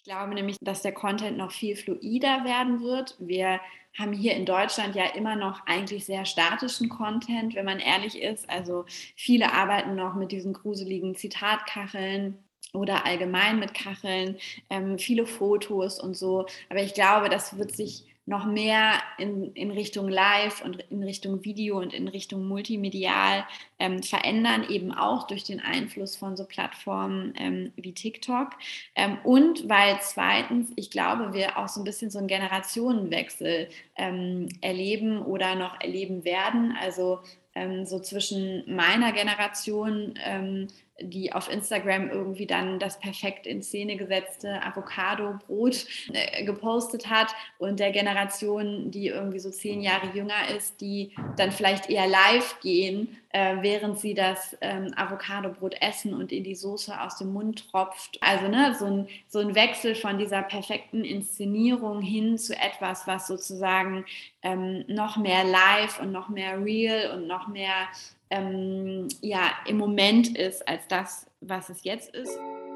glaube nämlich, dass der Content noch viel fluider werden wird. Wir haben hier in Deutschland ja immer noch eigentlich sehr statischen Content, wenn man ehrlich ist. Also viele arbeiten noch mit diesen gruseligen Zitatkacheln oder allgemein mit Kacheln, viele Fotos und so. Aber ich glaube, das wird sich noch mehr in Richtung Live und in Richtung Video und in Richtung multimedial verändern, eben auch durch den Einfluss von so Plattformen wie TikTok. Und weil zweitens, ich glaube, wir auch so ein bisschen so einen Generationenwechsel erleben oder noch erleben werden. Also so zwischen meiner Generation, die auf Instagram irgendwie dann das perfekt in Szene gesetzte Avocado-Brot gepostet hat, und der Generation, die irgendwie so 10 Jahre jünger ist, die dann vielleicht eher live gehen, während sie das Avocado-Brot essen und in die Soße aus dem Mund tropft. Also so ein Wechsel von dieser perfekten Inszenierung hin zu etwas, was sozusagen noch mehr live und noch mehr real und noch mehr im Moment ist, als das, was es jetzt ist.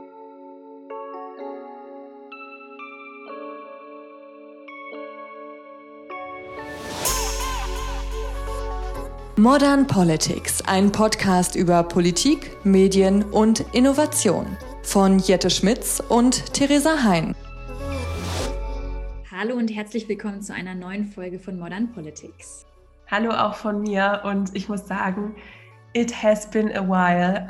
Modern Politics, ein Podcast über Politik, Medien und Innovation von Jette Schmitz und Theresa Hein. Hallo und herzlich willkommen zu einer neuen Folge von Modern Politics. Hallo auch von mir, und ich muss sagen, it has been a while.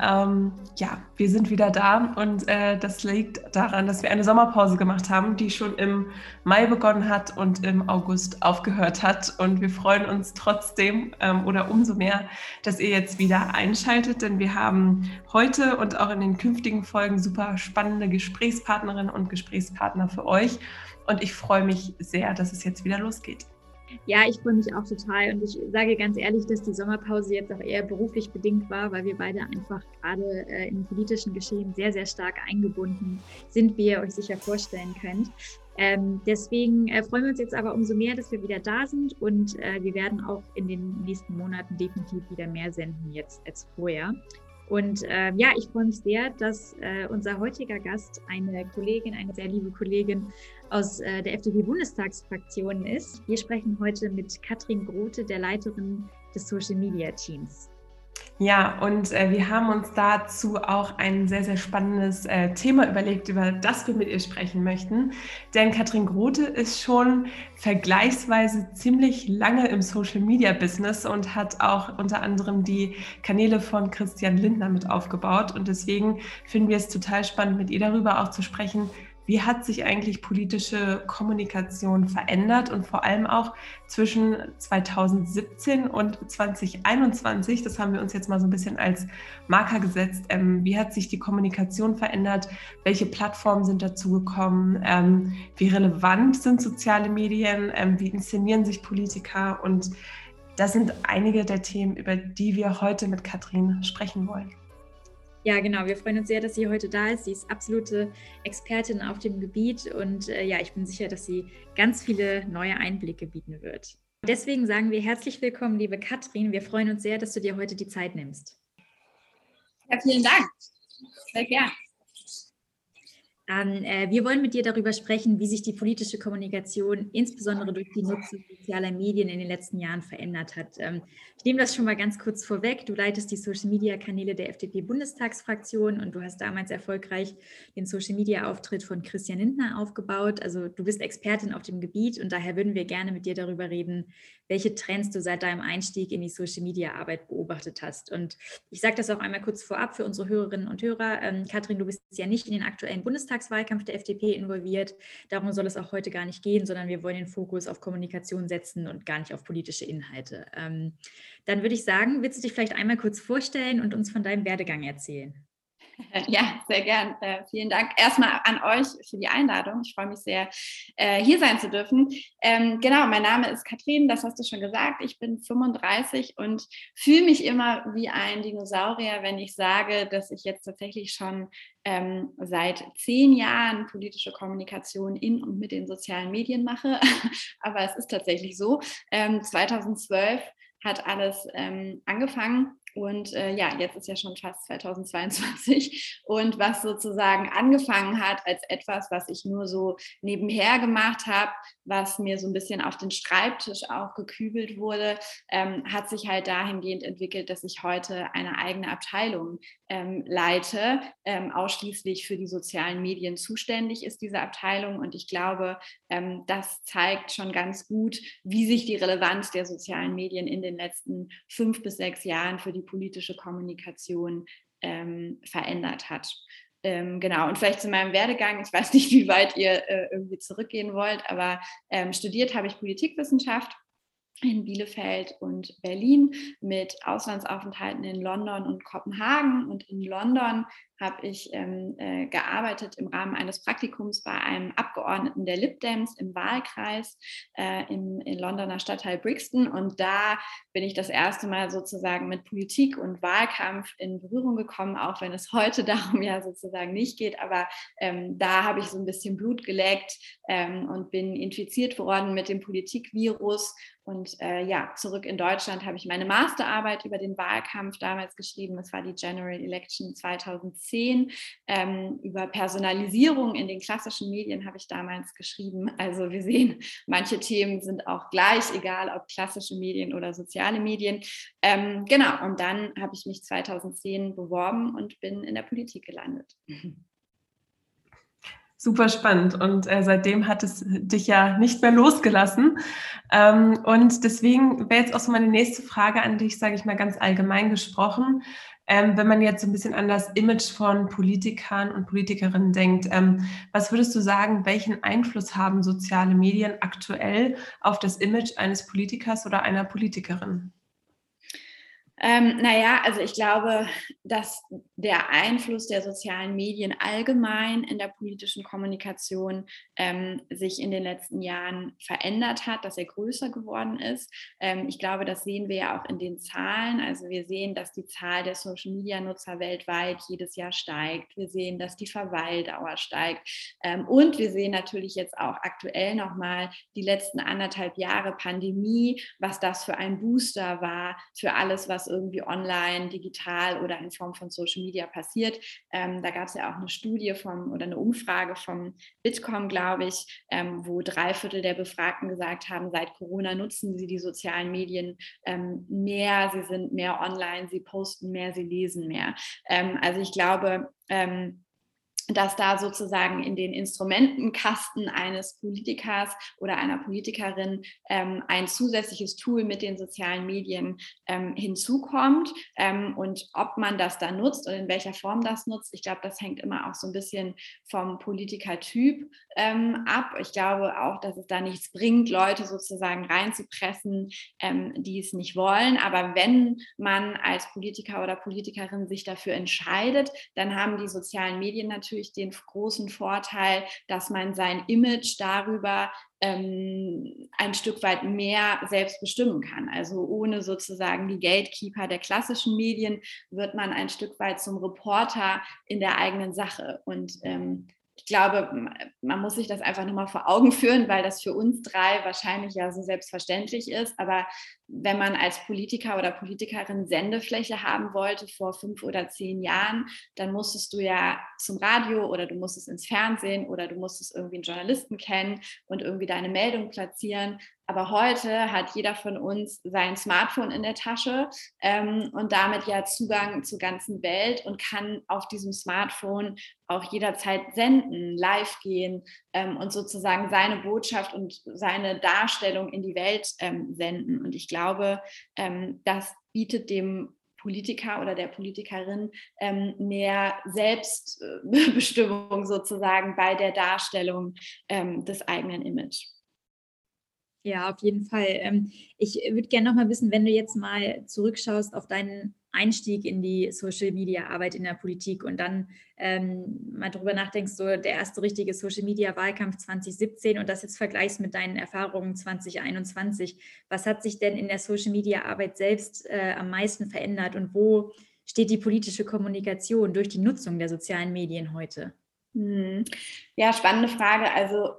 Wir sind wieder da, und das liegt daran, dass wir eine Sommerpause gemacht haben, die schon im Mai begonnen hat und im August aufgehört hat. Und wir freuen uns trotzdem oder umso mehr, dass ihr jetzt wieder einschaltet, denn wir haben heute und auch in den künftigen Folgen super spannende Gesprächspartnerinnen und Gesprächspartner für euch. Und ich freue mich sehr, dass es jetzt wieder losgeht. Ja, ich freue mich auch total, und ich sage ganz ehrlich, dass die Sommerpause jetzt auch eher beruflich bedingt war, weil wir beide einfach gerade im politischen Geschehen sehr, sehr stark eingebunden sind, wie ihr euch sicher vorstellen könnt. Deswegen freuen wir uns jetzt aber umso mehr, dass wir wieder da sind, und wir werden auch in den nächsten Monaten definitiv wieder mehr senden jetzt als vorher. Und ich freue mich sehr, dass unser heutiger Gast eine Kollegin, eine sehr liebe Kollegin aus der FDP-Bundestagsfraktion ist. Wir sprechen heute mit Katrin Grote, der Leiterin des Social-Media-Teams. Ja, und wir haben uns dazu auch ein sehr, sehr spannendes Thema überlegt, über das wir mit ihr sprechen möchten. Denn Katrin Grote ist schon vergleichsweise ziemlich lange im Social-Media-Business und hat auch unter anderem die Kanäle von Christian Lindner mit aufgebaut. Und deswegen finden wir es total spannend, mit ihr darüber auch zu sprechen, wie hat sich eigentlich politische Kommunikation verändert, und vor allem auch zwischen 2017 und 2021, das haben wir uns jetzt mal so ein bisschen als Marker gesetzt, wie hat sich die Kommunikation verändert, welche Plattformen sind dazu gekommen, wie relevant sind soziale Medien, wie inszenieren sich Politiker, und das sind einige der Themen, über die wir heute mit Katrin sprechen wollen. Ja, genau. Wir freuen uns sehr, dass sie heute da ist. Sie ist absolute Expertin auf dem Gebiet, und ich bin sicher, dass sie ganz viele neue Einblicke bieten wird. Deswegen sagen wir herzlich willkommen, liebe Katrin. Wir freuen uns sehr, dass du dir heute die Zeit nimmst. Ja, vielen Dank. Sehr gern. Wir wollen mit dir darüber sprechen, wie sich die politische Kommunikation insbesondere durch die Nutzung sozialer Medien in den letzten Jahren verändert hat. Ich nehme das schon mal ganz kurz vorweg. Du leitest die Social-Media-Kanäle der FDP-Bundestagsfraktion, und du hast damals erfolgreich den Social-Media-Auftritt von Christian Lindner aufgebaut. Also du bist Expertin auf dem Gebiet, und daher würden wir gerne mit dir darüber reden, welche Trends du seit deinem Einstieg in die Social-Media-Arbeit beobachtet hast. Und ich sage das auch einmal kurz vorab für unsere Hörerinnen und Hörer. Katrin, du bist ja nicht in den aktuellen Bundestagswahlkampf der FDP involviert. Darum soll es auch heute gar nicht gehen, sondern wir wollen den Fokus auf Kommunikation setzen und gar nicht auf politische Inhalte. Dann würde ich sagen, willst du dich vielleicht einmal kurz vorstellen und uns von deinem Werdegang erzählen? Ja, sehr gern. Vielen Dank erstmal an euch für die Einladung. Ich freue mich sehr, hier sein zu dürfen. Genau, mein Name ist Katrin, das hast du schon gesagt. Ich bin 35 und fühle mich immer wie ein Dinosaurier, wenn ich sage, dass ich jetzt tatsächlich schon seit 10 Jahren politische Kommunikation in und mit den sozialen Medien mache. Aber es ist tatsächlich so. 2012 hat alles angefangen. Und ja, jetzt ist ja schon fast 2022 und was sozusagen angefangen hat als etwas, was ich nur so nebenher gemacht habe, was mir so ein bisschen auf den Schreibtisch auch gekübelt wurde, hat sich halt dahingehend entwickelt, dass ich heute eine eigene Abteilung leite. Ausschließlich für die sozialen Medien zuständig ist diese Abteilung und ich glaube, das zeigt schon ganz gut, wie sich die Relevanz der sozialen Medien in den letzten 5 bis 6 Jahren für die politische Kommunikation verändert hat. Genau, und vielleicht zu meinem Werdegang, ich weiß nicht, wie weit ihr irgendwie zurückgehen wollt, aber studiert habe ich Politikwissenschaft in Bielefeld und Berlin mit Auslandsaufenthalten in London und Kopenhagen. Und in London habe ich gearbeitet im Rahmen eines Praktikums bei einem Abgeordneten der Lib Dems im Wahlkreis im Londoner Stadtteil Brixton. Und da bin ich das erste Mal sozusagen mit Politik und Wahlkampf in Berührung gekommen, auch wenn es heute darum ja sozusagen nicht geht. Aber da habe ich so ein bisschen Blut geleckt und bin infiziert worden mit dem Politikvirus. Und ja, zurück in Deutschland habe ich meine Masterarbeit über den Wahlkampf damals geschrieben. Das war die General Election 2010. Über Personalisierung in den klassischen Medien habe ich damals geschrieben. Also wir sehen, manche Themen sind auch gleich, egal ob klassische Medien oder soziale Medien. Genau, und dann habe ich mich 2010 beworben und bin in der Politik gelandet. Super spannend und seitdem hat es dich ja nicht mehr losgelassen. Und deswegen wäre jetzt auch so meine nächste Frage an dich, sage ich mal ganz allgemein gesprochen. Wenn man jetzt so ein bisschen an das Image von Politikern und Politikerinnen denkt, was würdest du sagen, welchen Einfluss haben soziale Medien aktuell auf das Image eines Politikers oder einer Politikerin? Naja, also ich glaube, dass der Einfluss der sozialen Medien allgemein in der politischen Kommunikation sich in den letzten Jahren verändert hat, dass er größer geworden ist. Ich glaube, das sehen wir ja auch in den Zahlen. Also wir sehen, dass die Zahl der Social-Media-Nutzer weltweit jedes Jahr steigt. Wir sehen, dass die Verweildauer steigt. Und wir sehen natürlich jetzt auch aktuell nochmal die letzten 1,5 Jahre Pandemie, was das für ein Booster war für alles, was irgendwie online, digital oder in Form von Social Media passiert. Da gab es ja auch eine Studie oder eine Umfrage vom Bitkom, glaube ich, wo 3/4 der Befragten gesagt haben, seit Corona nutzen sie die sozialen Medien mehr, sie sind mehr online, sie posten mehr, sie lesen mehr. Also ich glaube, dass da sozusagen in den Instrumentenkasten eines Politikers oder einer Politikerin ein zusätzliches Tool mit den sozialen Medien hinzukommt. Und ob man das dann nutzt und in welcher Form das nutzt, ich glaube, das hängt immer auch so ein bisschen vom Politikertyp ab. Ich glaube auch, dass es da nichts bringt, Leute sozusagen reinzupressen, die es nicht wollen. Aber wenn man als Politiker oder Politikerin sich dafür entscheidet, dann haben die sozialen Medien natürlich den großen Vorteil, dass man sein Image darüber ein Stück weit mehr selbst bestimmen kann. Also ohne sozusagen die Gatekeeper der klassischen Medien wird man ein Stück weit zum Reporter in der eigenen Sache. Und ich glaube, man muss sich das einfach nochmal vor Augen führen, weil das für uns 3 wahrscheinlich ja so selbstverständlich ist. Aber wenn man als Politiker oder Politikerin Sendefläche haben wollte vor 5 oder 10 Jahren, dann musstest du ja zum Radio oder du musstest ins Fernsehen oder du musstest irgendwie einen Journalisten kennen und irgendwie deine Meldung platzieren. Aber heute hat jeder von uns sein Smartphone in der Tasche und damit ja Zugang zur ganzen Welt und kann auf diesem Smartphone auch jederzeit senden, live gehen und sozusagen seine Botschaft und seine Darstellung in die Welt senden. Und ich glaube, das bietet dem Politiker oder der Politikerin mehr Selbstbestimmung sozusagen bei der Darstellung des eigenen Image. Ja, auf jeden Fall. Ich würde gerne noch mal wissen, wenn du jetzt mal zurückschaust auf deinen Einstieg in die Social-Media-Arbeit in der Politik und dann mal drüber nachdenkst, so der erste richtige Social-Media-Wahlkampf 2017 und das jetzt vergleichst mit deinen Erfahrungen 2021. Was hat sich denn in der Social-Media-Arbeit selbst am meisten verändert und wo steht die politische Kommunikation durch die Nutzung der sozialen Medien heute? Ja, spannende Frage. Also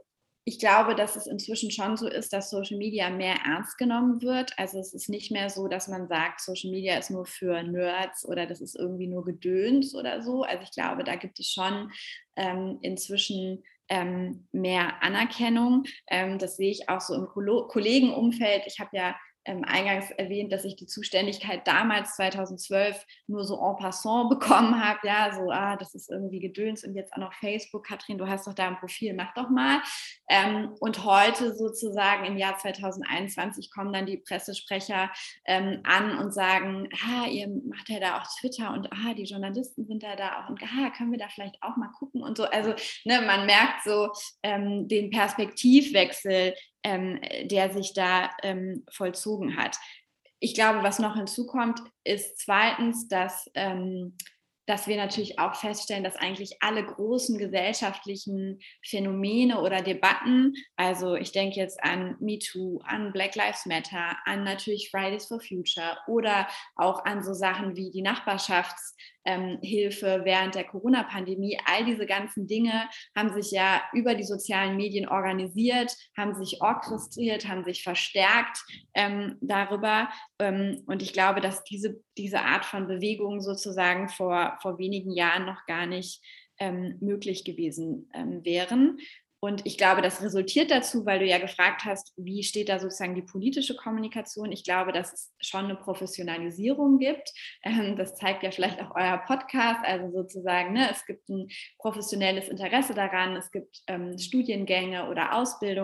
Ich glaube, dass es inzwischen schon so ist, dass Social Media mehr ernst genommen wird. Also es ist nicht mehr so, dass man sagt, Social Media ist nur für Nerds oder das ist irgendwie nur Gedöns oder so. Also ich glaube, da gibt es schon inzwischen mehr Anerkennung. Das sehe ich auch so im Kollegenumfeld. Ich habe ja eingangs erwähnt, dass ich die Zuständigkeit damals 2012 nur so en passant bekommen habe. Ja, so, das ist irgendwie Gedöns und jetzt auch noch Facebook. Katrin, du hast doch da ein Profil, mach doch mal. Und heute sozusagen im Jahr 2021 kommen dann die Pressesprecher an und sagen, ihr macht ja da auch Twitter und die Journalisten sind da auch und können wir da vielleicht auch mal gucken und so. Also man merkt so den Perspektivwechsel, der sich da vollzogen hat. Ich glaube, was noch hinzukommt, ist zweitens, dass wir natürlich auch feststellen, dass eigentlich alle großen gesellschaftlichen Phänomene oder Debatten, also ich denke jetzt an MeToo, an Black Lives Matter, an natürlich Fridays for Future oder auch an so Sachen wie die Nachbarschaftshilfe während der Corona-Pandemie, all diese ganzen Dinge haben sich ja über die sozialen Medien organisiert, haben sich orchestriert, haben sich verstärkt darüber. Und ich glaube, dass diese Art von Bewegung sozusagen vor wenigen Jahren noch gar nicht möglich gewesen wären. Und ich glaube, das resultiert dazu, weil du ja gefragt hast, wie steht da sozusagen die politische Kommunikation? Ich glaube, dass es schon eine Professionalisierung gibt. Das zeigt ja vielleicht auch euer Podcast. Also sozusagen, es gibt ein professionelles Interesse daran. Es gibt Studiengänge oder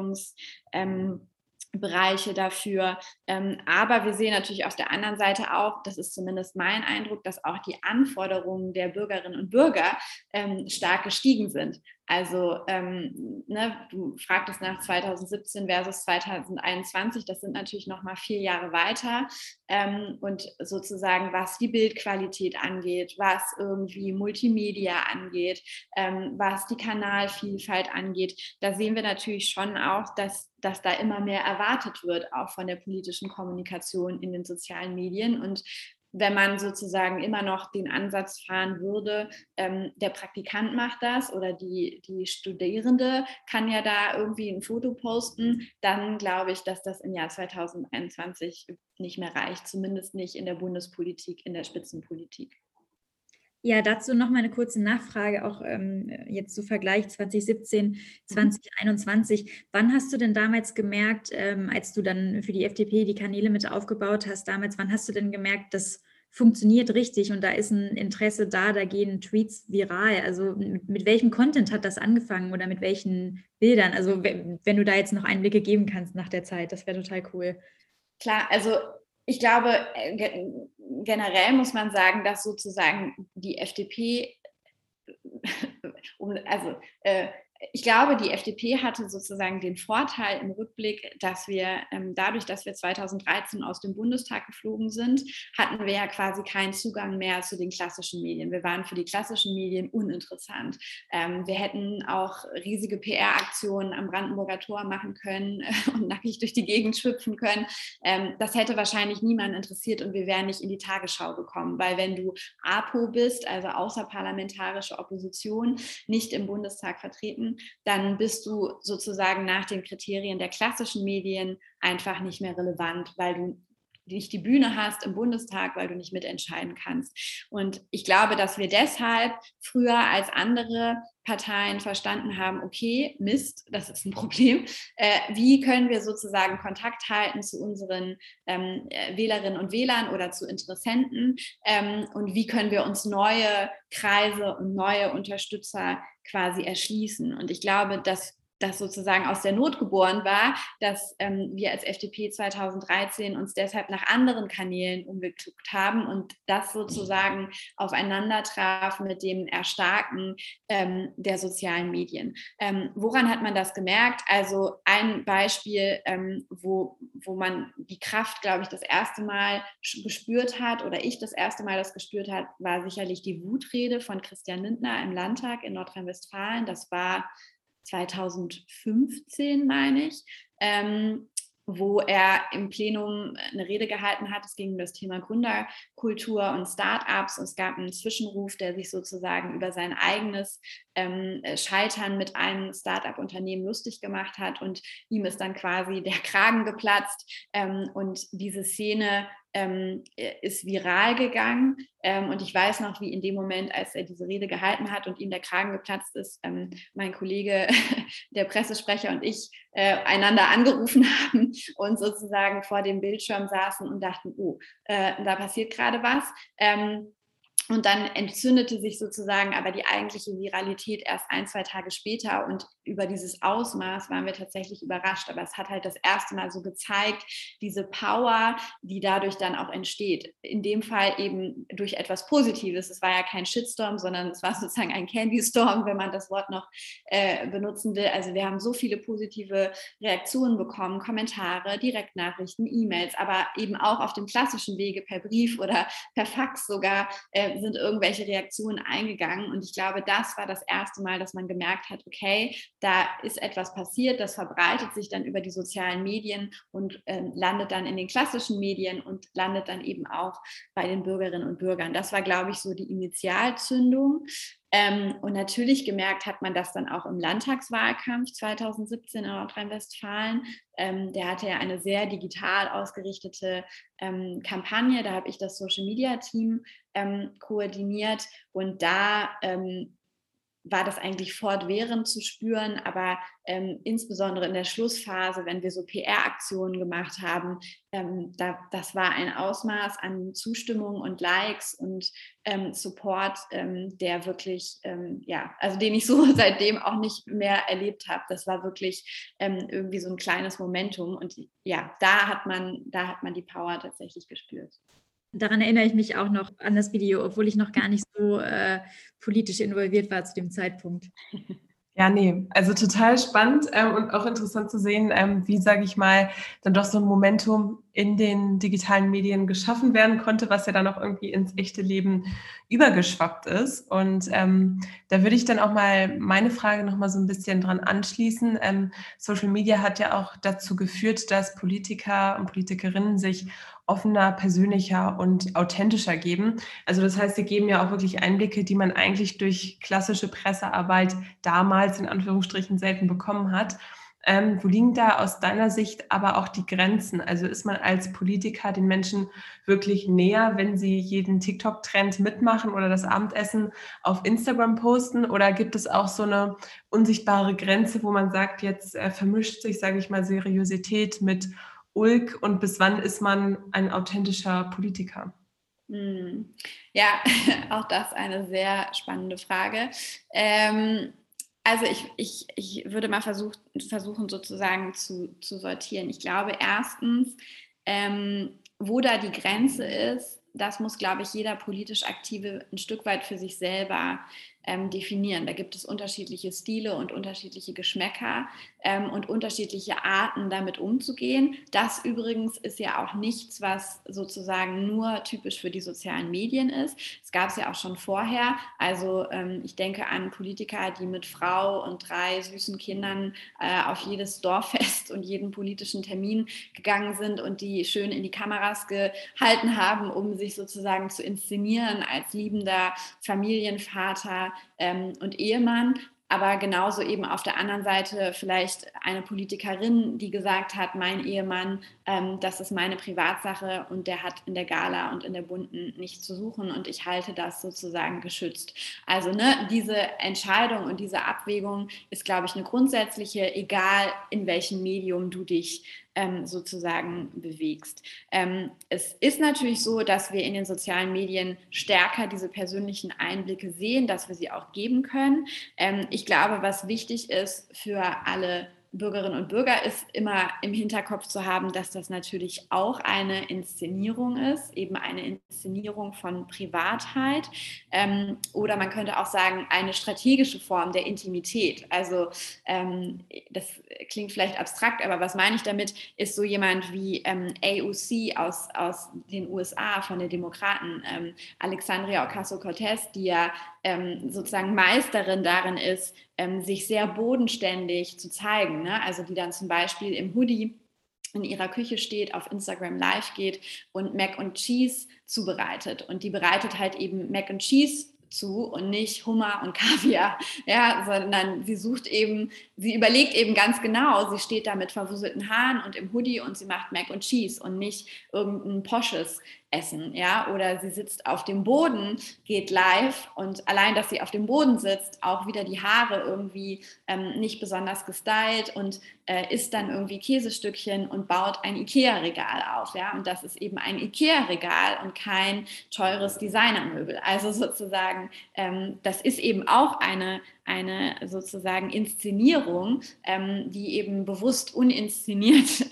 Ausbildungsbereiche dafür. Aber wir sehen natürlich auf der anderen Seite auch, das ist zumindest mein Eindruck, dass auch die Anforderungen der Bürgerinnen und Bürger stark gestiegen sind. Also du fragtest nach 2017 versus 2021, das sind natürlich nochmal 4 Jahre weiter. Und sozusagen, was die Bildqualität angeht, was irgendwie Multimedia angeht, was die Kanalvielfalt angeht, da sehen wir natürlich schon auch, dass da immer mehr erwartet wird, auch von der politischen Kommunikation in den sozialen Medien. Und wenn man sozusagen immer noch den Ansatz fahren würde, der Praktikant macht das oder die Studierende kann ja da irgendwie ein Foto posten, dann glaube ich, dass das im Jahr 2021 nicht mehr reicht, zumindest nicht in der Bundespolitik, in der Spitzenpolitik. Ja, dazu noch mal eine kurze Nachfrage, auch jetzt zu Vergleich 2017, 2021. Wann hast du denn damals gemerkt, als du dann für die FDP die Kanäle mit aufgebaut hast, wann hast du denn gemerkt, das funktioniert richtig und da ist ein Interesse da gehen Tweets viral? Also mit welchem Content hat das angefangen oder mit welchen Bildern? Also wenn du da jetzt noch Einblicke geben kannst nach der Zeit, das wäre total cool. Klar, also ich glaube, generell muss man sagen, dass sozusagen die FDP, ich glaube, die FDP hatte sozusagen den Vorteil im Rückblick, dass wir dadurch, dass wir 2013 aus dem Bundestag geflogen sind, hatten wir ja quasi keinen Zugang mehr zu den klassischen Medien. Wir waren für die klassischen Medien uninteressant. Wir hätten auch riesige PR-Aktionen am Brandenburger Tor machen können und nackig durch die Gegend schwüpfen können. Das hätte wahrscheinlich niemanden interessiert und wir wären nicht in die Tagesschau gekommen, weil wenn du APO bist, also außerparlamentarische Opposition, nicht im Bundestag vertreten, dann bist du sozusagen nach den Kriterien der klassischen Medien einfach nicht mehr relevant, weil du nicht die Bühne hast im Bundestag, weil du nicht mitentscheiden kannst. Und ich glaube, dass wir deshalb früher als andere Parteien verstanden haben, okay, Mist, das ist ein Problem. Wie können wir sozusagen Kontakt halten zu unseren Wählerinnen und Wählern oder zu Interessenten? Und wie können wir uns neue Kreise und neue Unterstützer quasi erschließen? Und ich glaube, dass das sozusagen aus der Not geboren war, dass wir als FDP 2013 uns deshalb nach anderen Kanälen umgeguckt haben und das sozusagen aufeinander traf mit dem Erstarken der sozialen Medien. Woran hat man das gemerkt? Also ein Beispiel, wo man die Kraft, glaube ich, das erste Mal gespürt hat oder ich das erste Mal das gespürt hat, war sicherlich die Wutrede von Christian Lindner im Landtag in Nordrhein-Westfalen. Das war 2015, meine ich, wo er im Plenum eine Rede gehalten hat. Es ging um das Thema Gründerkultur und Start-ups. Und es gab einen Zwischenruf, der sich sozusagen über sein eigenes Scheitern mit einem Start-up-Unternehmen lustig gemacht hat und ihm ist dann quasi der Kragen geplatzt und diese Szene ist viral gegangen und ich weiß noch, wie in dem Moment, als er diese Rede gehalten hat und ihm der Kragen geplatzt ist, mein Kollege, der Pressesprecher und ich einander angerufen haben und sozusagen vor dem Bildschirm saßen und dachten, da passiert gerade was. Und dann entzündete sich sozusagen aber die eigentliche Viralität erst 1-2 Tage später und über dieses Ausmaß waren wir tatsächlich überrascht. Aber es hat halt das erste Mal so gezeigt, diese Power, die dadurch dann auch entsteht. In dem Fall eben durch etwas Positives. Es war ja kein Shitstorm, sondern es war sozusagen ein Candy Storm, wenn man das Wort noch benutzen will. Also wir haben so viele positive Reaktionen bekommen, Kommentare, Direktnachrichten, E-Mails, aber eben auch auf dem klassischen Wege per Brief oder per Fax sogar sind irgendwelche Reaktionen eingegangen und ich glaube, das war das erste Mal, dass man gemerkt hat, okay, da ist etwas passiert, das verbreitet sich dann über die sozialen Medien und landet dann in den klassischen Medien und landet dann eben auch bei den Bürgerinnen und Bürgern. Das war, glaube ich, so die Initialzündung. Und natürlich gemerkt hat man das dann auch im Landtagswahlkampf 2017 in Nordrhein-Westfalen. Der hatte ja eine sehr digital ausgerichtete Kampagne. Da habe ich das Social-Media-Team koordiniert und da war das eigentlich fortwährend zu spüren, aber insbesondere in der Schlussphase, wenn wir so PR-Aktionen gemacht haben, das war ein Ausmaß an Zustimmung und Likes und Support, der wirklich, also den ich so seitdem auch nicht mehr erlebt habe. Das war wirklich irgendwie so ein kleines Momentum und ja, da hat man die Power tatsächlich gespürt. Daran erinnere ich mich auch noch an das Video, obwohl ich noch gar nicht so politisch involviert war zu dem Zeitpunkt. Ja, nee, also total spannend und auch interessant zu sehen, wie, sage ich mal, dann doch so ein Momentum in den digitalen Medien geschaffen werden konnte, was ja dann auch irgendwie ins echte Leben übergeschwappt ist. Und da würde ich dann auch mal meine Frage noch mal so ein bisschen dran anschließen. Social Media hat ja auch dazu geführt, dass Politiker und Politikerinnen sich offener, persönlicher und authentischer geben. Also das heißt, sie geben ja auch wirklich Einblicke, die man eigentlich durch klassische Pressearbeit damals in Anführungsstrichen selten bekommen hat. Wo liegen da aus deiner Sicht aber auch die Grenzen? Also ist man als Politiker den Menschen wirklich näher, wenn sie jeden TikTok-Trend mitmachen oder das Abendessen auf Instagram posten? Oder gibt es auch so eine unsichtbare Grenze, wo man sagt, jetzt vermischt sich, sage ich mal, Seriosität mit Ulk und bis wann ist man ein authentischer Politiker? Ja, auch das eine sehr spannende Frage. Also ich würde mal versuchen sozusagen zu sortieren. Ich glaube erstens, wo da die Grenze ist, das muss, glaube ich, jeder politisch Aktive ein Stück weit für sich selber definieren. Da gibt es unterschiedliche Stile und unterschiedliche Geschmäcker und unterschiedliche Arten, damit umzugehen. Das übrigens ist ja auch nichts, was sozusagen nur typisch für die sozialen Medien ist. Es gab es ja auch schon vorher. Also ich denke an Politiker, die mit Frau und 3 süßen Kindern auf jedes Dorffest und jeden politischen Termin gegangen sind und die schön in die Kameras gehalten haben, um sich sozusagen zu inszenieren als liebender Familienvater und Ehemann, aber genauso eben auf der anderen Seite vielleicht eine Politikerin, die gesagt hat, mein Ehemann, das ist meine Privatsache und der hat in der Gala und in der Bunten nichts zu suchen und ich halte das sozusagen geschützt. Also diese Entscheidung und diese Abwägung ist, glaube ich, eine grundsätzliche, egal in welchem Medium du dich sozusagen bewegst. Es ist natürlich so, dass wir in den sozialen Medien stärker diese persönlichen Einblicke sehen, dass wir sie auch geben können. Ich glaube, was wichtig ist für alle Bürgerinnen und Bürger, ist immer im Hinterkopf zu haben, dass das natürlich auch eine Inszenierung ist, eben eine Inszenierung von Privatheit oder man könnte auch sagen, eine strategische Form der Intimität. Also das klingt vielleicht abstrakt, aber was meine ich damit, ist so jemand wie AOC aus den USA von den Demokraten, Alexandria Ocasio-Cortez, die ja sozusagen Meisterin darin ist, sich sehr bodenständig zu zeigen, ne? Also die dann zum Beispiel im Hoodie in ihrer Küche steht, auf Instagram live geht und Mac and Cheese zubereitet. Und die bereitet halt eben Mac and Cheese zu und nicht Hummer und Kaviar, ja, sondern sie überlegt eben ganz genau, sie steht da mit verwuselten Haaren und im Hoodie und sie macht Mac und Cheese und nicht irgendein posches Essen, ja, oder sie sitzt auf dem Boden, geht live und allein, dass sie auf dem Boden sitzt, auch wieder die Haare irgendwie nicht besonders gestylt und isst dann irgendwie Käsestückchen und baut ein Ikea-Regal auf, ja, und das ist eben ein Ikea-Regal und kein teures Designermöbel, also sozusagen, das ist eben auch eine sozusagen Inszenierung, die eben bewusst uninszeniert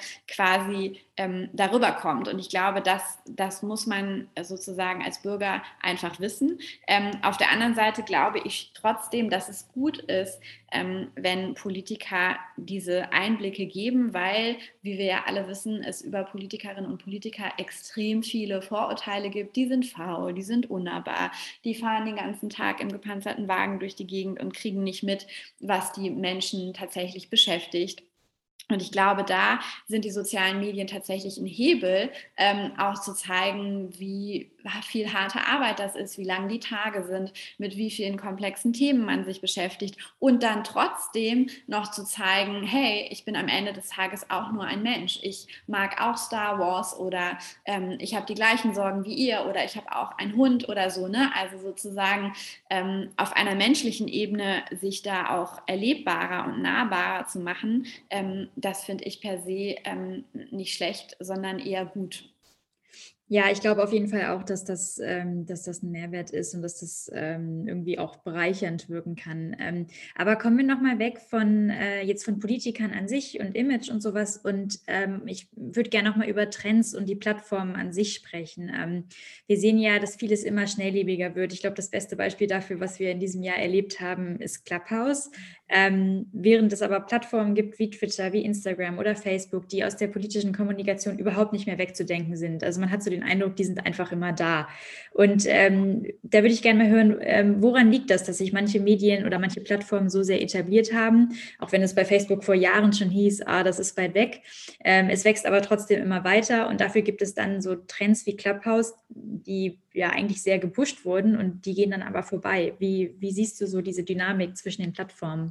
quasi darüber kommt. Und ich glaube, das muss man sozusagen als Bürger einfach wissen. Auf der anderen Seite glaube ich trotzdem, dass es gut ist, wenn Politiker diese Einblicke geben, weil, wie wir ja alle wissen, es über Politikerinnen und Politiker extrem viele Vorurteile gibt. Die sind faul, die sind unnahbar, die fahren den ganzen Tag im gepanzerten Wagen durch die Gegend und kriegen nicht mit, was die Menschen tatsächlich beschäftigt. Und ich glaube, da sind die sozialen Medien tatsächlich ein Hebel, auch zu zeigen, wie viel harte Arbeit das ist, wie lang die Tage sind, mit wie vielen komplexen Themen man sich beschäftigt und dann trotzdem noch zu zeigen, hey, ich bin am Ende des Tages auch nur ein Mensch. Ich mag auch Star Wars oder ich habe die gleichen Sorgen wie ihr oder ich habe auch einen Hund oder so, ne? Also sozusagen auf einer menschlichen Ebene sich da auch erlebbarer und nahbarer zu machen, das finde ich per se nicht schlecht, sondern eher gut. Ja, ich glaube auf jeden Fall auch, dass das ein Mehrwert ist und dass das irgendwie auch bereichernd wirken kann. Aber kommen wir nochmal weg von jetzt von Politikern an sich und Image und sowas. Und ich würde gerne nochmal über Trends und die Plattformen an sich sprechen. Wir sehen ja, dass vieles immer schnelllebiger wird. Ich glaube, das beste Beispiel dafür, was wir in diesem Jahr erlebt haben, ist Clubhouse. Während es aber Plattformen gibt wie Twitter, wie Instagram oder Facebook, die aus der politischen Kommunikation überhaupt nicht mehr wegzudenken sind. Also man hat so den Eindruck, die sind einfach immer da. Und da würde ich gerne mal hören, woran liegt das, dass sich manche Medien oder manche Plattformen so sehr etabliert haben, auch wenn es bei Facebook vor Jahren schon hieß, das ist weit weg. Es wächst aber trotzdem immer weiter und dafür gibt es dann so Trends wie Clubhouse, die ja eigentlich sehr gepusht wurden und die gehen dann aber vorbei. Wie siehst du so diese Dynamik zwischen den Plattformen?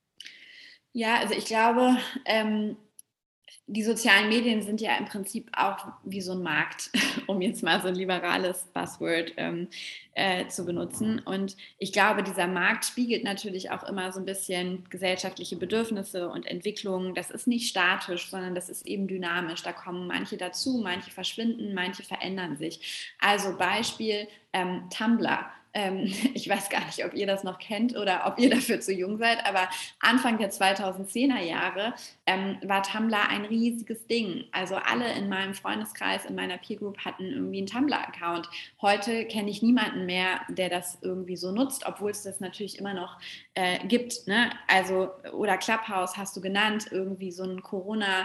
Ja, also ich glaube, die sozialen Medien sind ja im Prinzip auch wie so ein Markt, um jetzt mal so ein liberales Buzzword zu benutzen. Und ich glaube, dieser Markt spiegelt natürlich auch immer so ein bisschen gesellschaftliche Bedürfnisse und Entwicklungen. Das ist nicht statisch, sondern das ist eben dynamisch. Da kommen manche dazu, manche verschwinden, manche verändern sich. Also Beispiel Tumblr. Ich weiß gar nicht, ob ihr das noch kennt oder ob ihr dafür zu jung seid, aber Anfang der 2010er Jahre war Tumblr ein riesiges Ding. Also alle in meinem Freundeskreis, in meiner Peer Group hatten irgendwie einen Tumblr-Account. Heute kenne ich niemanden mehr, der das irgendwie so nutzt, obwohl es das natürlich immer noch gibt. Ne? Also, oder Clubhouse hast du genannt, irgendwie so ein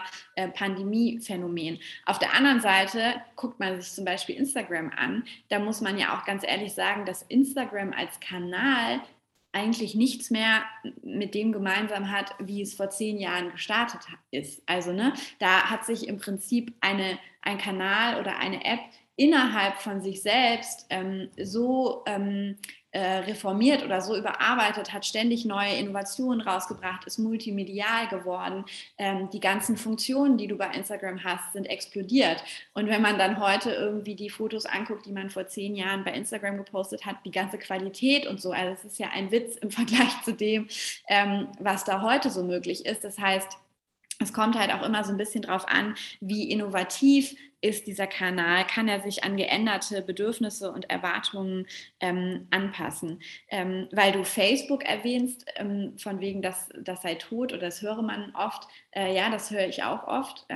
Corona-Pandemie-Phänomen. Auf der anderen Seite guckt man sich zum Beispiel Instagram an. Da muss man ja auch ganz ehrlich sagen, dass Instagram als Kanal eigentlich nichts mehr mit dem gemeinsam hat, wie es vor 10 Jahren gestartet ist. Also ne, da hat sich im Prinzip ein Kanal oder eine App innerhalb von sich selbst so reformiert oder so überarbeitet, hat ständig neue Innovationen rausgebracht, ist multimedial geworden. Die ganzen Funktionen, die du bei Instagram hast, sind explodiert. Und wenn man dann heute irgendwie die Fotos anguckt, die man vor 10 Jahren bei Instagram gepostet hat, die ganze Qualität und so, also es ist ja ein Witz im Vergleich zu dem, was da heute so möglich ist. Das heißt, es kommt halt auch immer so ein bisschen drauf an, wie innovativ ist dieser Kanal, kann er sich an geänderte Bedürfnisse und Erwartungen anpassen. Weil du Facebook erwähnst, von wegen, das sei tot oder das höre man oft. Ja, das höre ich auch oft.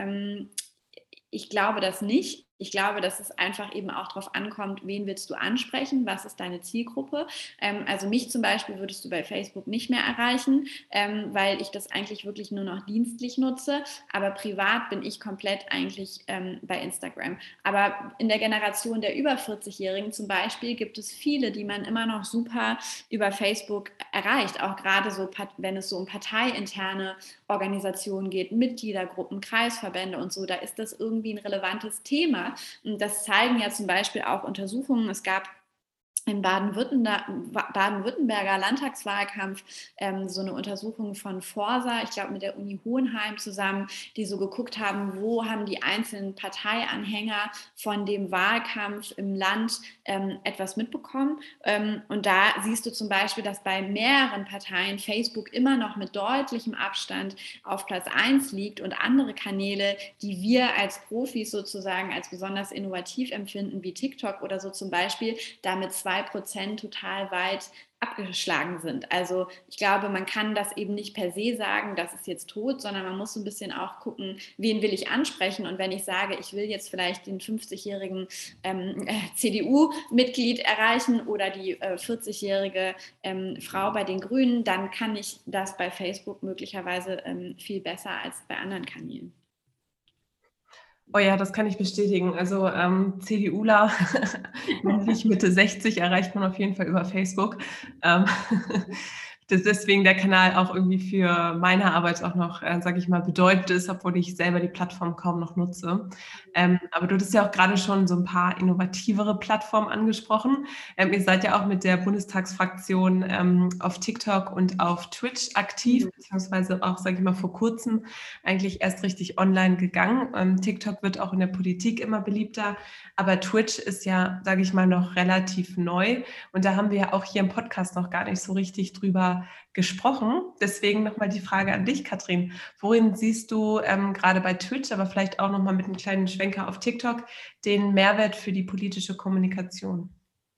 Ich glaube das nicht. Ich glaube, dass es einfach eben auch darauf ankommt, wen willst du ansprechen, was ist deine Zielgruppe. Also mich zum Beispiel würdest du bei Facebook nicht mehr erreichen, weil ich das eigentlich wirklich nur noch dienstlich nutze, aber privat bin ich komplett eigentlich bei Instagram. Aber in der Generation der über 40-Jährigen zum Beispiel gibt es viele, die man immer noch super über Facebook erreicht, auch gerade so, wenn es so um parteiinterne Organisationen geht, Mitgliedergruppen, Kreisverbände und so, da ist das irgendwie ein relevantes Thema. Und das zeigen ja zum Beispiel auch Untersuchungen. Es gab im Baden-Württemberger Landtagswahlkampf so eine Untersuchung von Forsa, ich glaube mit der Uni Hohenheim zusammen, die so geguckt haben, wo haben die einzelnen Parteianhänger von dem Wahlkampf im Land etwas mitbekommen. Und da siehst du zum Beispiel, dass bei mehreren Parteien Facebook immer noch mit deutlichem Abstand auf Platz 1 liegt und andere Kanäle, die wir als Profis sozusagen als besonders innovativ empfinden, wie TikTok oder so zum Beispiel, damit 2% total weit abgeschlagen sind. Also ich glaube, man kann das eben nicht per se sagen, das ist jetzt tot, sondern man muss so ein bisschen auch gucken, wen will ich ansprechen. Und wenn ich sage, ich will jetzt vielleicht den 50-jährigen CDU-Mitglied erreichen oder die 40-jährige Frau bei den Grünen, dann kann ich das bei Facebook möglicherweise viel besser als bei anderen Kanälen. Oh ja, das kann ich bestätigen. Also CDUler, männlich Mitte 60, erreicht man auf jeden Fall über Facebook. Dass deswegen der Kanal auch irgendwie für meine Arbeit auch noch, sage ich mal, bedeutend ist, obwohl ich selber die Plattform kaum noch nutze. Aber du hast ja auch gerade schon so ein paar innovativere Plattformen angesprochen. Ihr seid ja auch mit der Bundestagsfraktion auf TikTok und auf Twitch aktiv, beziehungsweise auch, sage ich mal, vor kurzem eigentlich erst richtig online gegangen. TikTok wird auch in der Politik immer beliebter, aber Twitch ist ja, sage ich mal, noch relativ neu. Und da haben wir ja auch hier im Podcast noch gar nicht so richtig drüber gesprochen. Deswegen nochmal die Frage an dich, Katrin. Worin siehst du gerade bei Twitch, aber vielleicht auch nochmal mit einem kleinen Schwenker auf TikTok, den Mehrwert für die politische Kommunikation?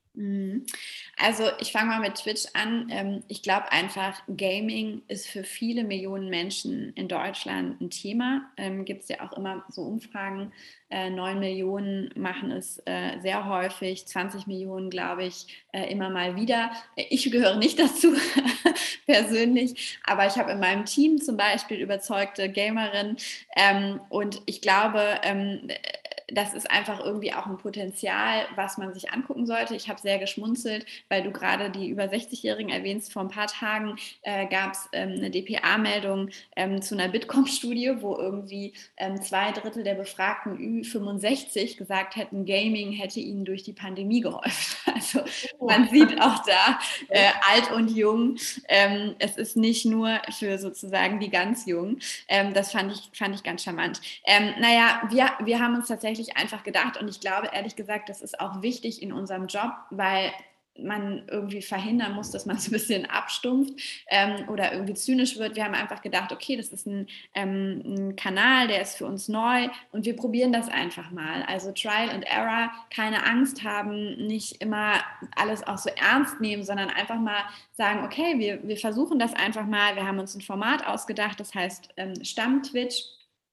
Also ich fange mal mit Twitch an. Ich glaube einfach, Gaming ist für viele Millionen Menschen in Deutschland ein Thema. Gibt es ja auch immer so Umfragen. 9 Millionen machen es sehr häufig, 20 Millionen, glaube ich, immer mal wieder. Ich gehöre nicht dazu persönlich, aber ich habe in meinem Team zum Beispiel überzeugte Gamerinnen und ich glaube, das ist einfach irgendwie auch ein Potenzial, was man sich angucken sollte. Ich habe sehr geschmunzelt, weil du gerade die über 60-Jährigen erwähnst. Vor ein paar Tagen gab es eine dpa-Meldung zu einer Bitkom-Studie, wo irgendwie 2/3 der Befragten Ü65 gesagt hätten, Gaming hätte ihnen durch die Pandemie geholfen. Also man sieht auch da, alt und jung, es ist nicht nur für sozusagen die ganz Jungen. Das fand ich ganz charmant. Naja, wir haben uns tatsächlich einfach gedacht und ich glaube ehrlich gesagt, das ist auch wichtig in unserem Job, weil man irgendwie verhindern muss, dass man so ein bisschen abstumpft oder irgendwie zynisch wird. Wir haben einfach gedacht, okay, das ist ein Kanal, der ist für uns neu und wir probieren das einfach mal. Also Trial and Error, keine Angst haben, nicht immer alles auch so ernst nehmen, sondern einfach mal sagen, okay, wir versuchen das einfach mal. Wir haben uns ein Format ausgedacht, das heißt Stamm-Twitch.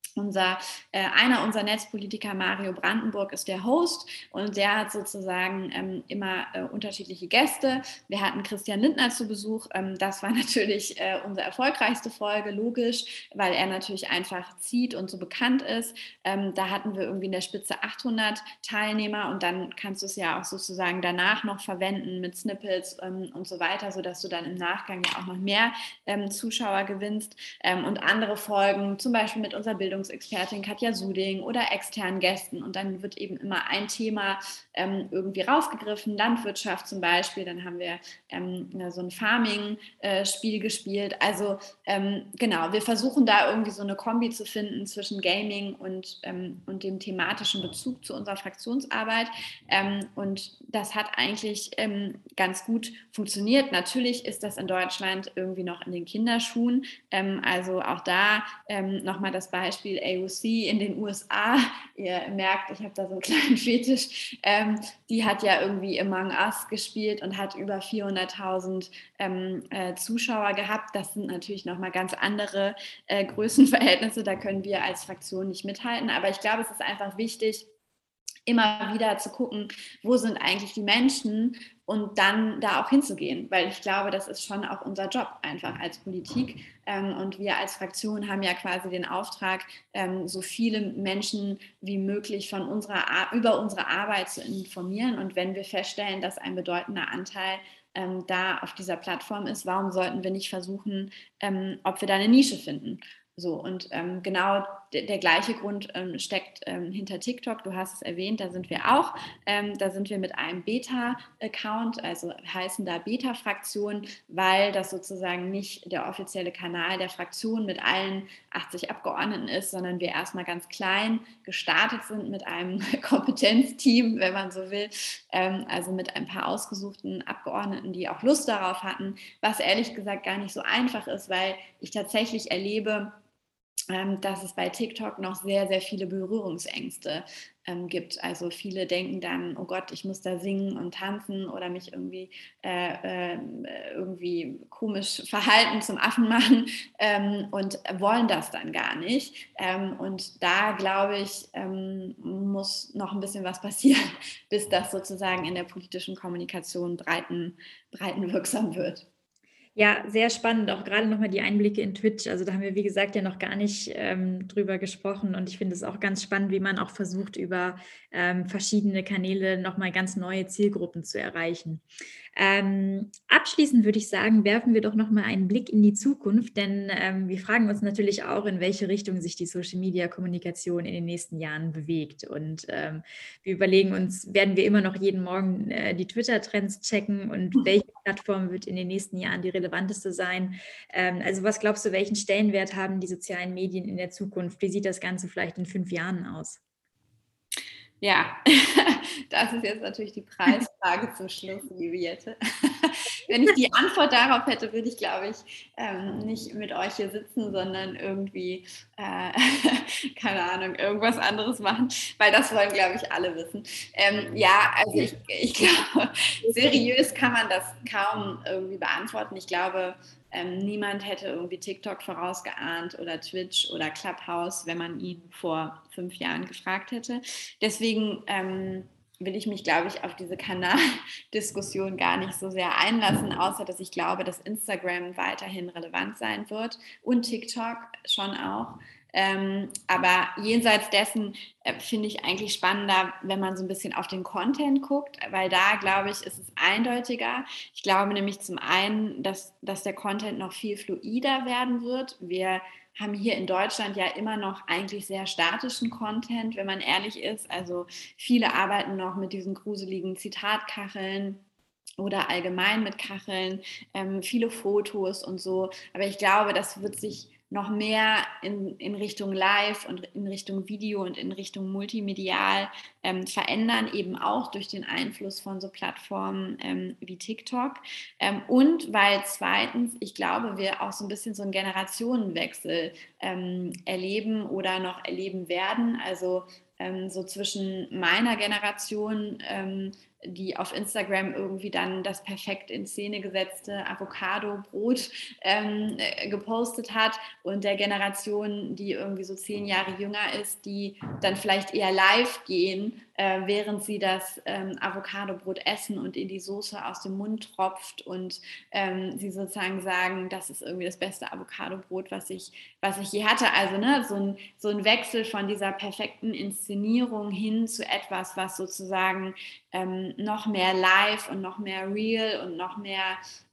Einer unserer Netzpolitiker, Mario Brandenburg, ist der Host und der hat sozusagen immer unterschiedliche Gäste. Wir hatten Christian Lindner zu Besuch. Das war natürlich unsere erfolgreichste Folge, logisch, weil er natürlich einfach zieht und so bekannt ist. Da hatten wir irgendwie in der Spitze 800 Teilnehmer und dann kannst du es ja auch sozusagen danach noch verwenden mit Snippets und so weiter, sodass du dann im Nachgang ja auch noch mehr Zuschauer gewinnst. Und andere Folgen, zum Beispiel mit unserer Bildungsexpertin Katja Suding oder externen Gästen und dann wird eben immer ein Thema irgendwie rausgegriffen, Landwirtschaft zum Beispiel, dann haben wir so ein Farming-Spiel gespielt, also genau, wir versuchen da irgendwie so eine Kombi zu finden zwischen Gaming und dem thematischen Bezug zu unserer Fraktionsarbeit und das hat eigentlich ganz gut funktioniert. Natürlich ist das in Deutschland irgendwie noch in den Kinderschuhen, also auch da nochmal das Beispiel AOC in den USA. Ihr merkt, ich habe da so einen kleinen Fetisch. Die hat ja irgendwie Among Us gespielt und hat über 400.000 Zuschauer gehabt. Das sind natürlich nochmal ganz andere Größenverhältnisse. Da können wir als Fraktion nicht mithalten. Aber ich glaube, es ist einfach wichtig, immer wieder zu gucken, wo sind eigentlich die Menschen und dann da auch hinzugehen, weil ich glaube, das ist schon auch unser Job einfach als Politik und wir als Fraktion haben ja quasi den Auftrag, so viele Menschen wie möglich über unsere Arbeit zu informieren und wenn wir feststellen, dass ein bedeutender Anteil da auf dieser Plattform ist, warum sollten wir nicht versuchen, ob wir da eine Nische finden? So, und genau der gleiche Grund steckt hinter TikTok. Du hast es erwähnt, da sind wir auch. Da sind wir mit einem Beta-Account, also heißen da Beta-Fraktion, weil das sozusagen nicht der offizielle Kanal der Fraktion mit allen 80 Abgeordneten ist, sondern wir erstmal ganz klein gestartet sind mit einem Kompetenzteam, wenn man so will, also mit ein paar ausgesuchten Abgeordneten, die auch Lust darauf hatten, was ehrlich gesagt gar nicht so einfach ist, weil ich tatsächlich erlebe, dass es bei TikTok noch sehr, sehr viele Berührungsängste gibt. Also viele denken dann, oh Gott, ich muss da singen und tanzen oder mich irgendwie komisch verhalten, zum Affen machen und wollen das dann gar nicht. Und da, glaube ich, muss noch ein bisschen was passieren, bis das sozusagen in der politischen Kommunikation breitenwirksam wird. Ja, sehr spannend, auch gerade nochmal die Einblicke in Twitch. Also da haben wir, wie gesagt, ja noch gar nicht drüber gesprochen und ich finde es auch ganz spannend, wie man auch versucht, über verschiedene Kanäle nochmal ganz neue Zielgruppen zu erreichen. Abschließend würde ich sagen, werfen wir doch nochmal einen Blick in die Zukunft, denn wir fragen uns natürlich auch, in welche Richtung sich die Social-Media-Kommunikation in den nächsten Jahren bewegt. Und wir überlegen uns, werden wir immer noch jeden Morgen die Twitter-Trends checken und welche Plattform wird in den nächsten Jahren die relevanteste sein? Also was glaubst du, welchen Stellenwert haben die sozialen Medien in der Zukunft? Wie sieht das Ganze vielleicht in 5 Jahren aus? Ja, das ist jetzt natürlich die Preisfrage zum Schluss, liebe Jette. Wenn ich die Antwort darauf hätte, würde ich, glaube ich, nicht mit euch hier sitzen, sondern irgendwie, keine Ahnung, irgendwas anderes machen, weil das wollen, glaube ich, alle wissen. Ja, also ich glaube, seriös kann man das kaum irgendwie beantworten. Ich glaube, niemand hätte irgendwie TikTok vorausgeahnt oder Twitch oder Clubhouse, wenn man ihn vor 5 Jahren gefragt hätte. Deswegen will ich mich, glaube ich, auf diese Kanaldiskussion gar nicht so sehr einlassen, außer dass ich glaube, dass Instagram weiterhin relevant sein wird und TikTok schon auch. Aber jenseits dessen finde ich eigentlich spannender, wenn man so ein bisschen auf den Content guckt, weil da, glaube ich, ist es eindeutiger. Ich glaube nämlich zum einen, dass der Content noch viel fluider werden wird. Wir haben hier in Deutschland ja immer noch eigentlich sehr statischen Content, wenn man ehrlich ist. Also viele arbeiten noch mit diesen gruseligen Zitatkacheln oder allgemein mit Kacheln, viele Fotos und so. Aber ich glaube, das wird sich noch mehr in Richtung Live und in Richtung Video und in Richtung multimedial verändern, eben auch durch den Einfluss von so Plattformen wie TikTok. Und weil zweitens, ich glaube, wir auch so ein bisschen so einen Generationenwechsel erleben oder noch erleben werden. Also so zwischen meiner Generation, die auf Instagram irgendwie dann das perfekt in Szene gesetzte Avocado-Brot gepostet hat und der Generation, die irgendwie so 10 Jahre jünger ist, die dann vielleicht eher live gehen, während sie das Avocado-Brot essen und in die Soße aus dem Mund tropft und sie sozusagen sagen, das ist irgendwie das beste Avocado-Brot, was ich je hatte. Also ne, so ein Wechsel von dieser perfekten Inszenierung hin zu etwas, was sozusagen noch mehr live und noch mehr real und noch mehr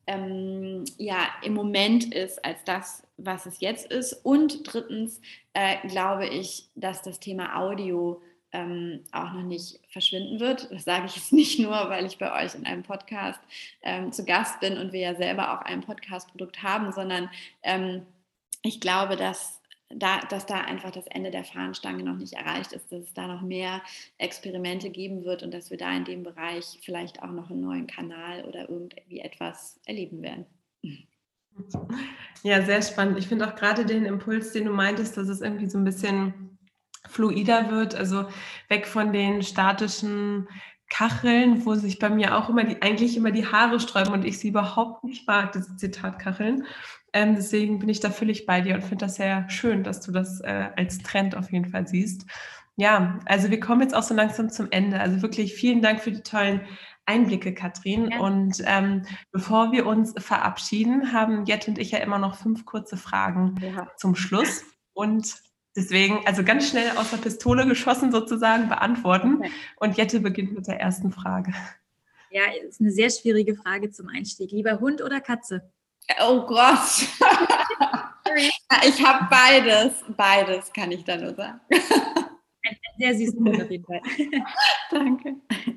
im Moment ist als das, was es jetzt ist. Und drittens glaube ich, dass das Thema Audio auch noch nicht verschwinden wird. Das sage ich jetzt nicht nur, weil ich bei euch in einem Podcast zu Gast bin und wir ja selber auch ein Podcast-Produkt haben, sondern ich glaube, dass da einfach das Ende der Fahnenstange noch nicht erreicht ist, dass es da noch mehr Experimente geben wird und dass wir da in dem Bereich vielleicht auch noch einen neuen Kanal oder irgendwie etwas erleben werden. Ja, sehr spannend. Ich finde auch gerade den Impuls, den du meintest, dass es irgendwie so ein bisschen fluider wird, also weg von den statischen Kacheln, wo sich bei mir auch eigentlich immer die Haare sträuben und ich sie überhaupt nicht mag, diese Zitatkacheln. Deswegen bin ich da völlig bei dir und finde das sehr schön, dass du das als Trend auf jeden Fall siehst. Ja, also wir kommen jetzt auch so langsam zum Ende. Also wirklich vielen Dank für die tollen Einblicke, Katrin. Ja. Und bevor wir uns verabschieden, haben Jette und ich ja immer noch 5 kurze Fragen zum Schluss. Und deswegen, also ganz schnell aus der Pistole geschossen sozusagen beantworten. Okay. Und Jette beginnt mit der ersten Frage. Ja, ist eine sehr schwierige Frage zum Einstieg. Lieber Hund oder Katze? Oh Gott. Ich habe beides kann ich da nur sagen. Ein sehr süßen Hund auf jeden Fall. Danke.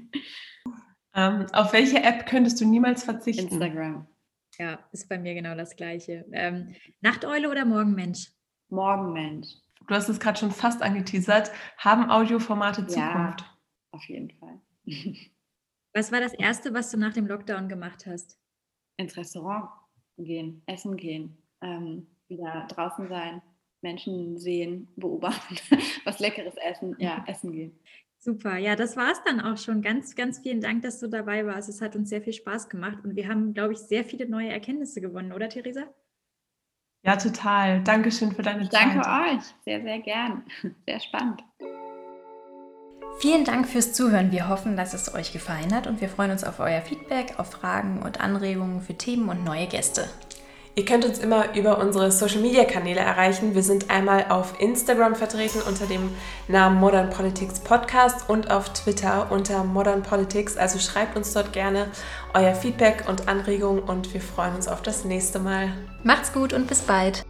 Auf welche App könntest du niemals verzichten? Instagram. Ja, ist bei mir genau das Gleiche. Nachteule oder Morgenmensch? Morgenmensch. Du hast es gerade schon fast angeteasert. Haben Audioformate Zukunft? Ja, auf jeden Fall. Was war das Erste, was du nach dem Lockdown gemacht hast? Ins Restaurant gehen, essen gehen, wieder draußen sein, Menschen sehen, beobachten, was Leckeres essen, ja, essen gehen. Super, ja, das war es dann auch schon. Ganz, ganz vielen Dank, dass du dabei warst. Es hat uns sehr viel Spaß gemacht und wir haben, glaube ich, sehr viele neue Erkenntnisse gewonnen, oder Theresa? Ja, total. Dankeschön für deine Zeit. Danke euch, sehr, sehr gern. Sehr spannend. Vielen Dank fürs Zuhören. Wir hoffen, dass es euch gefallen hat und wir freuen uns auf euer Feedback, auf Fragen und Anregungen für Themen und neue Gäste. Ihr könnt uns immer über unsere Social-Media-Kanäle erreichen. Wir sind einmal auf Instagram vertreten unter dem Namen Modern Politics Podcast und auf Twitter unter Modern Politics. Also schreibt uns dort gerne euer Feedback und Anregungen und wir freuen uns auf das nächste Mal. Macht's gut und bis bald!